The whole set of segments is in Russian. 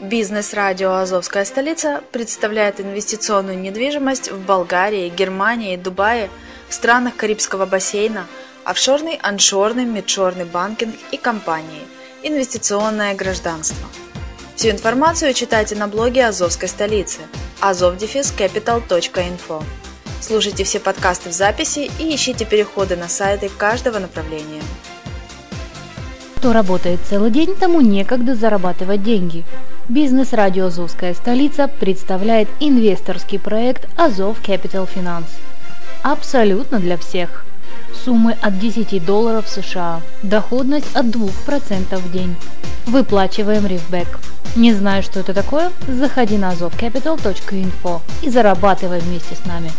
Бизнес-радио «Азовская столица» представляет инвестиционную недвижимость в Болгарии, Германии, Дубае, в странах Карибского бассейна, офшорный, аншорный, мидшорный банкинг и компании, инвестиционное гражданство. Всю информацию читайте на блоге «Азовской столицы» azov-capital.info. Слушайте все подкасты в записи и ищите переходы на сайты каждого направления. Кто работает целый день, тому некогда зарабатывать деньги. Бизнес-радио «Азовская столица» представляет инвесторский проект Azov Capital Finance. Абсолютно для всех. Суммы от $10 США. Доходность от 2% в день. Выплачиваем рифбэк. Не знаешь, что это такое? Заходи на azov-capital.info и зарабатывай вместе с нами.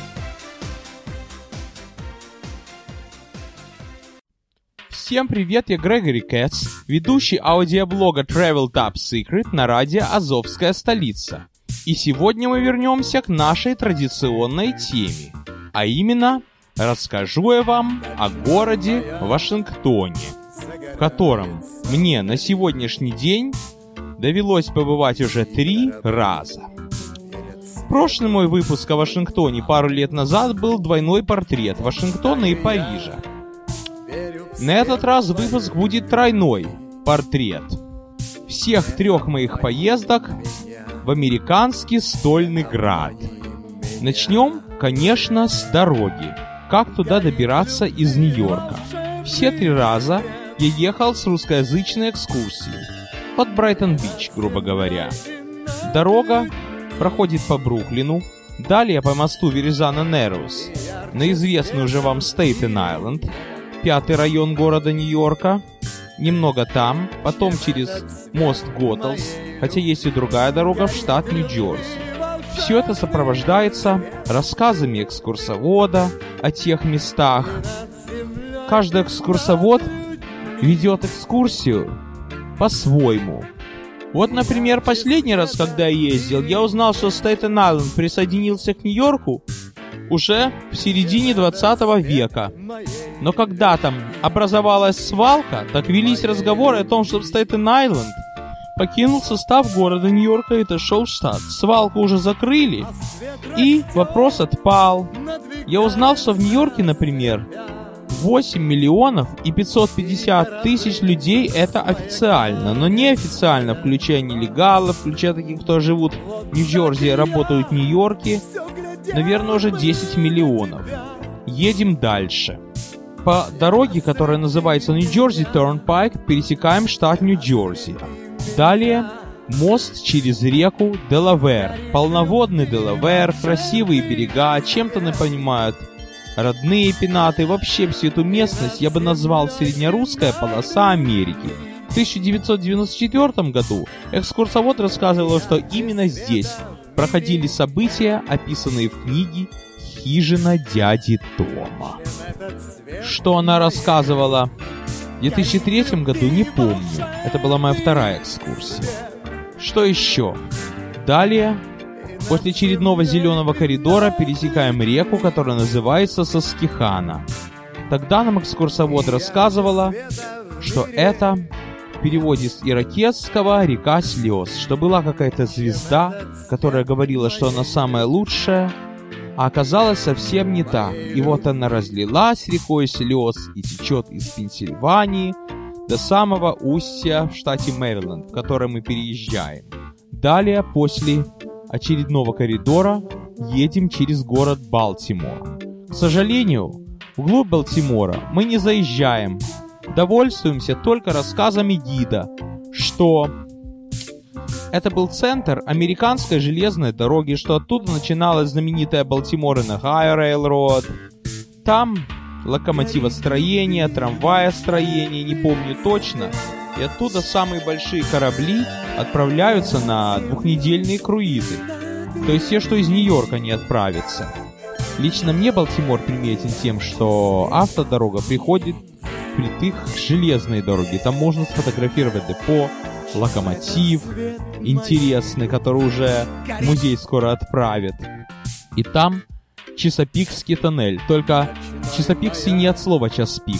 Всем привет, я Грегори Кэтс, ведущий аудиоблога Travel Top Secret на радио «Азовская столица». И сегодня мы вернемся к нашей традиционной теме, а именно расскажу я вам о городе Вашингтоне, в котором мне на сегодняшний день довелось побывать уже 3 раза. Прошлый мой выпуск о Вашингтоне пару лет назад был двойной портрет Вашингтона и Парижа. На этот раз выпуск будет тройной портрет всех 3 моих поездок в американский стольный град. Начнем, конечно, с дороги. Как туда добираться из Нью-Йорка? Все 3 раза я ехал с русскоязычной экскурсией. От Брайтон-Бич, грубо говоря. Дорога проходит по Бруклину, далее по мосту Веризано-Нерроуз на известный уже вам Стейтен-Айленд, 5-й район города Нью-Йорка, немного там, потом через мост Готтлс, хотя есть и другая дорога в штат Нью-Джерси. Все это сопровождается рассказами экскурсовода о тех местах. Каждый экскурсовод ведет экскурсию по-своему. Вот, например, последний раз, когда я ездил, я узнал, что Стейтен-Айленд присоединился к Нью-Йорку уже в середине 20 века. Но когда там образовалась свалка, так велись разговоры о том, что Стейтен-Айленд покинул состав города Нью-Йорка и отошел в штат. Свалку уже закрыли, и вопрос отпал. Я узнал, что в Нью-Йорке, например, 8 миллионов и 550 тысяч людей это официально, но неофициально, включая нелегалов, включая таких, кто живут в Нью-Джерси и работают в Нью-Йорке, наверное, уже 10 миллионов. Едем дальше. По дороге, которая называется Нью-Джерси Turnpike, пересекаем штат Нью-Джерси. Далее мост через реку Делавэр. Полноводный Делавэр, красивые берега, чем-то напоминают родные пенаты. Вообще всю эту местность я бы назвал среднерусская полоса Америки. В 1994 году экскурсовод рассказывал, что именно здесь проходили события, описанные в книге «Хижина дяди Тома». Что она рассказывала в 2003 году, не помню. Это была моя 2-я экскурсия. Что еще? Далее, после очередного зеленого коридора, пересекаем реку, которая называется Соскихана. Тогда нам экскурсовод рассказывала, что это в переводе с иракезского «река слез», что была какая-то звезда, которая говорила, что она самая лучшая, а оказалось совсем не так. И вот она разлилась рекой слез и течет из Пенсильвании до самого устья в штате Мэриленд, в который мы переезжаем. Далее, после очередного коридора, едем через город Балтимор. К сожалению, вглубь Балтимора мы не заезжаем. Довольствуемся только рассказами гида, что это был центр американской железной дороги, что оттуда начиналась знаменитая Baltimore and Ohio Railroad. Там локомотивостроение, трамваестроение, не помню точно. И оттуда самые большие корабли отправляются на 2-недельные круизы. То есть те, что из Нью-Йорка не отправятся. Лично мне Балтимор приметен тем, что автодорога приходит впритык к железной дороге. Там можно сфотографировать депо, локомотив интересный, который уже в музей скоро отправят. И там Чесапикский тоннель. Только Чесапикский не от слова час-пик.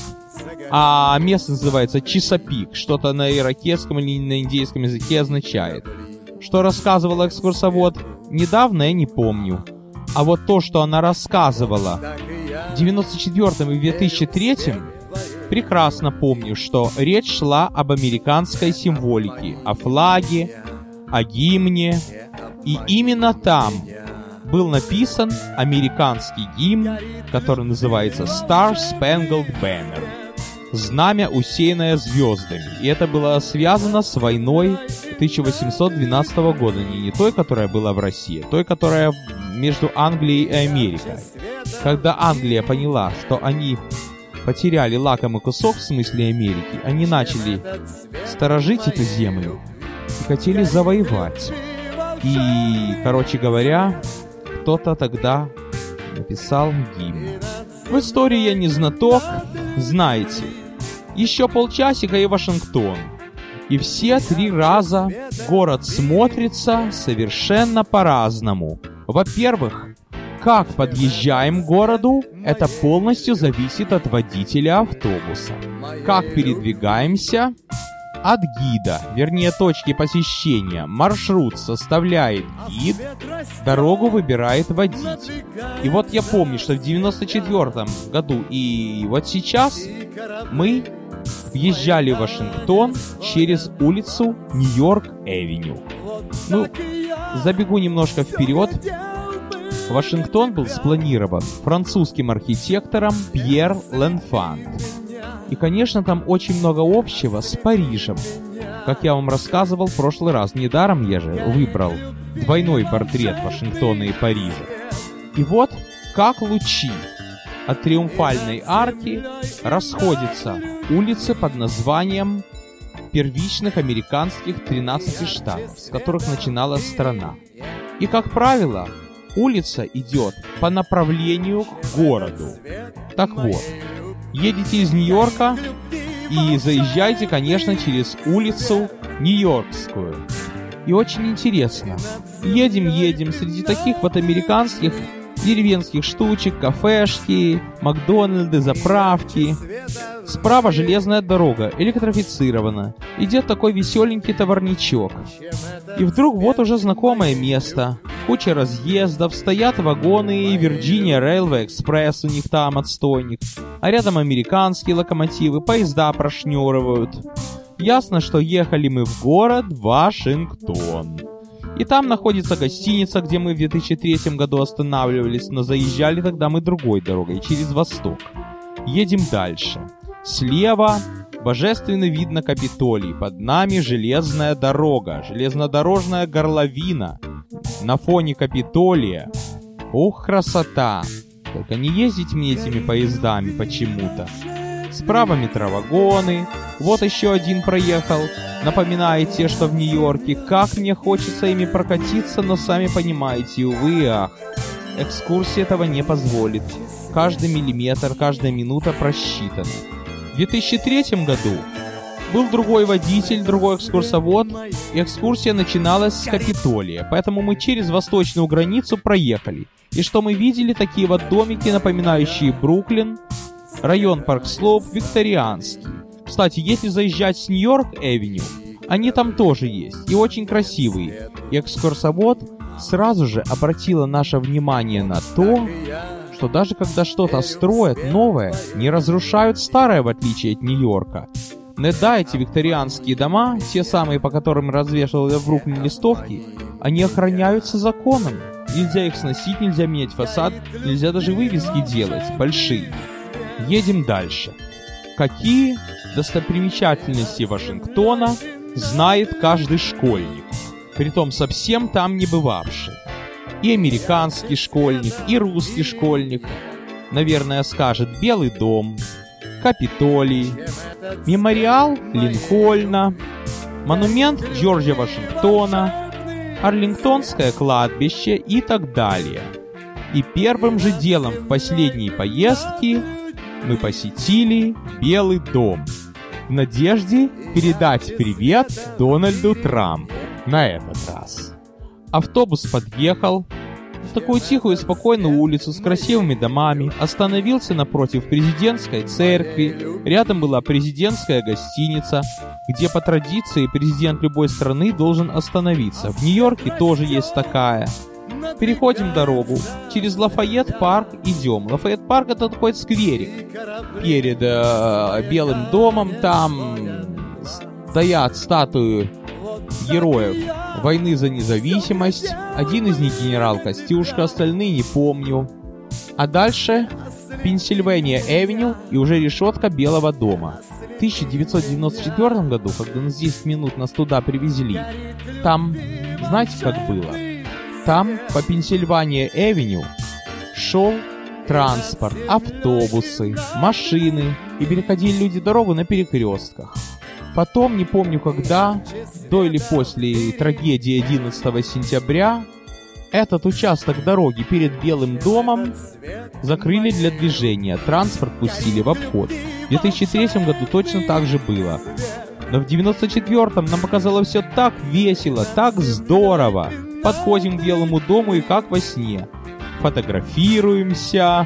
А место называется Чесапик. Что-то на иракезском или на индейском языке означает. что рассказывала экскурсовод, недавно я не помню. А вот то, что она рассказывала в 94-м и 2003-м, прекрасно помню, что речь шла об американской символике, о флаге, о гимне. И именно там был написан американский гимн, который называется Star Spangled Banner. Знамя, усеянное звездами. И это было связано с войной 1812 года. Не той, которая была в России, а той, которая между Англией и Америкой. Когда Англия поняла, что они потеряли лакомый кусок в смысле Америки, они начали сторожить эту землю и хотели завоевать. И, короче говоря, кто-то тогда написал гимн. В истории я не знаток, знаете. Еще полчасика и Вашингтон. И все 3 раза город смотрится совершенно по-разному. Во-первых, как подъезжаем к городу, это полностью зависит от водителя автобуса. Как передвигаемся, от гида, вернее точки посещения. Маршрут составляет гид, дорогу выбирает водитель. И вот я помню, что в 94-м году и вот сейчас мы въезжали в Вашингтон через улицу Нью-Йорк-Эвеню. Ну, забегу немножко вперед. Вашингтон был спланирован французским архитектором Пьер Ленфант. И, конечно, там очень много общего с Парижем. Как я вам рассказывал в прошлый раз, недаром я же выбрал двойной портрет Вашингтона и Парижа. И вот как лучи от Триумфальной арки расходятся улицы под названием первичных американских 13 штатов, с которых начиналась страна. И, как правило, улица идет по направлению к городу. Так вот, едете из Нью-Йорка и заезжайте, конечно, через улицу Нью-Йоркскую. И очень интересно. Едем среди таких вот американских деревенских штучек, кафешки, Макдональды, заправки. Справа железная дорога, электрифицирована. Идет такой веселенький товарничок. И вдруг вот уже знакомое место. Куча разъездов, стоят вагоны, Virginia Railway Express у них там отстойник. А рядом американские локомотивы, поезда прошнёровывают. Ясно, что ехали мы в город Вашингтон. И там находится гостиница, где мы в 2003 году останавливались, но заезжали тогда мы другой дорогой, через восток. Едем дальше. Слева божественно видно Капитолий, под нами железная дорога, железнодорожная горловина. На фоне Капитолия. Ух, красота! Только не ездить мне этими поездами почему-то. Справа метровагоны. Вот еще один проехал. Напоминает те, что в Нью-Йорке. Как мне хочется ими прокатиться, но сами понимаете, увы и ах. Экскурсия этого не позволит. Каждый миллиметр, каждая минута просчитана. В 2003 году был другой водитель, другой экскурсовод, и экскурсия начиналась с Капитолия, поэтому мы через восточную границу проехали. И что мы видели? Такие вот домики, напоминающие Бруклин, район Парк-Слоуп, викторианский. Кстати, если заезжать с Нью-Йорк-Эвеню, они там тоже есть, и очень красивые. И экскурсовод сразу же обратила наше внимание на то, что даже когда что-то строят новое, не разрушают старое, в отличие от Нью-Йорка. Да, эти викторианские дома, те самые, по которым развешивали в Бруклине листовки, они охраняются законом. Нельзя их сносить, нельзя менять фасад, нельзя даже вывески делать, большие. Едем дальше. Какие достопримечательности Вашингтона знает каждый школьник, притом совсем там не бывавший. И американский школьник, и русский школьник, наверное, скажет Белый дом, Капитолий, мемориал Линкольна, монумент Джорджа Вашингтона, Арлингтонское кладбище и так далее. И первым же делом в последней поездке мы посетили Белый дом в надежде передать привет Дональду Трампу на этот раз. Автобус подъехал, такую тихую и спокойную улицу с красивыми домами, остановился напротив президентской церкви. Рядом была президентская гостиница, где по традиции президент любой страны должен остановиться. В Нью-Йорке тоже есть такая. Переходим дорогу. Через Лафайет-парк идем. Лафайет-парк — это такой скверик. Перед Белым домом там стоят статуи героев войны за независимость. Один из них генерал Костюшка, остальные не помню. А дальше Пенсильвания-Эвеню и уже решетка Белого дома. В 1994 году, когда нас 10 минут нас туда привезли, там, знаете, как было? Там по Пенсильвания-Эвеню шел транспорт, автобусы, машины, и переходили люди дорогу на перекрестках. Потом, не помню когда, до или после трагедии 11 сентября, этот участок дороги перед Белым домом закрыли для движения, транспорт пустили в обход. В 2003 году точно так же было. Но в 94-м нам показалось все так весело, так здорово. Подходим к Белому дому и как во сне. Фотографируемся,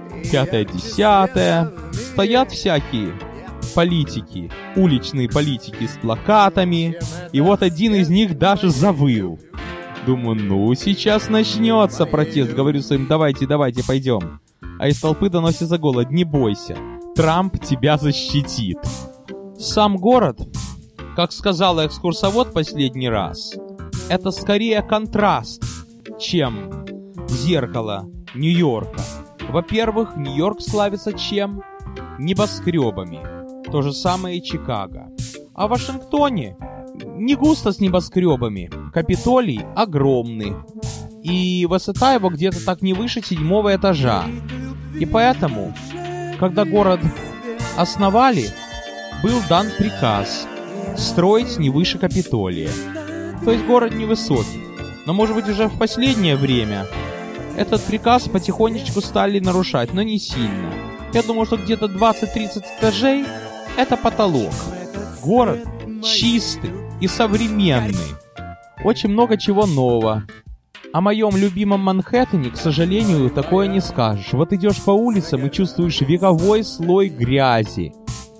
5-10. Стоят всякие политики, уличные политики с плакатами. И вот один из них даже завыл. Думаю, ну сейчас начнется протест. Говорю своим, давайте, пойдем. А из толпы доносится голос, не бойся, Трамп тебя защитит. Сам город, как сказал экскурсовод последний раз, это скорее контраст, чем зеркало Нью-Йорка. Во-первых, Нью-Йорк славится чем? Небоскребами. То же самое и Чикаго. А в Вашингтоне не густо с небоскребами. Капитолий огромный. И высота его где-то так не выше 7-го этажа. И поэтому, когда город основали, был дан приказ строить не выше Капитолия. То есть город невысокий. Но, может быть, уже в последнее время этот приказ потихонечку стали нарушать, но не сильно. Я думаю, что где-то 20-30 этажей — это потолок. Город чистый и современный. Очень много чего нового. О моем любимом Манхэттене, к сожалению, такое не скажешь. Вот идешь по улицам и чувствуешь вековой слой грязи.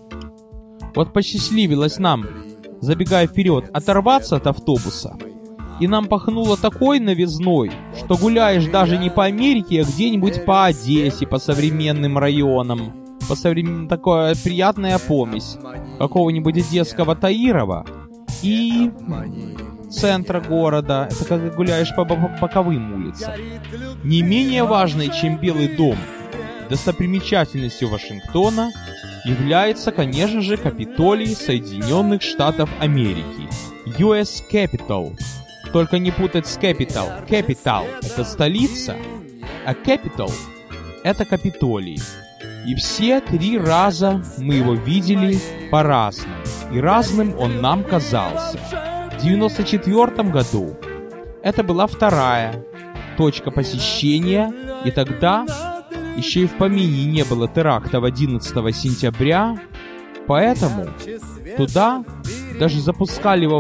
Вот посчастливилось нам, забегая вперед, оторваться от автобуса, и нам пахнуло такой новизной, что гуляешь даже не по Америке, а где-нибудь по Одессе, по современным районам. Такая приятная помесь какого-нибудь одесского Таирова и центра города. Это когда гуляешь по боковым улицам. Не менее важной, чем Белый дом, достопримечательностью Вашингтона является, конечно же, Капитолий Соединенных Штатов Америки. US Capitol. Только не путать с Capital. Capital — это столица, а Capitol — это Капитолий. И все 3 раза мы его видели по-разному. И разным он нам казался. В 94 году это была 2-я точка посещения, и тогда еще и в помине не было терактов 11 сентября, поэтому туда даже запускали во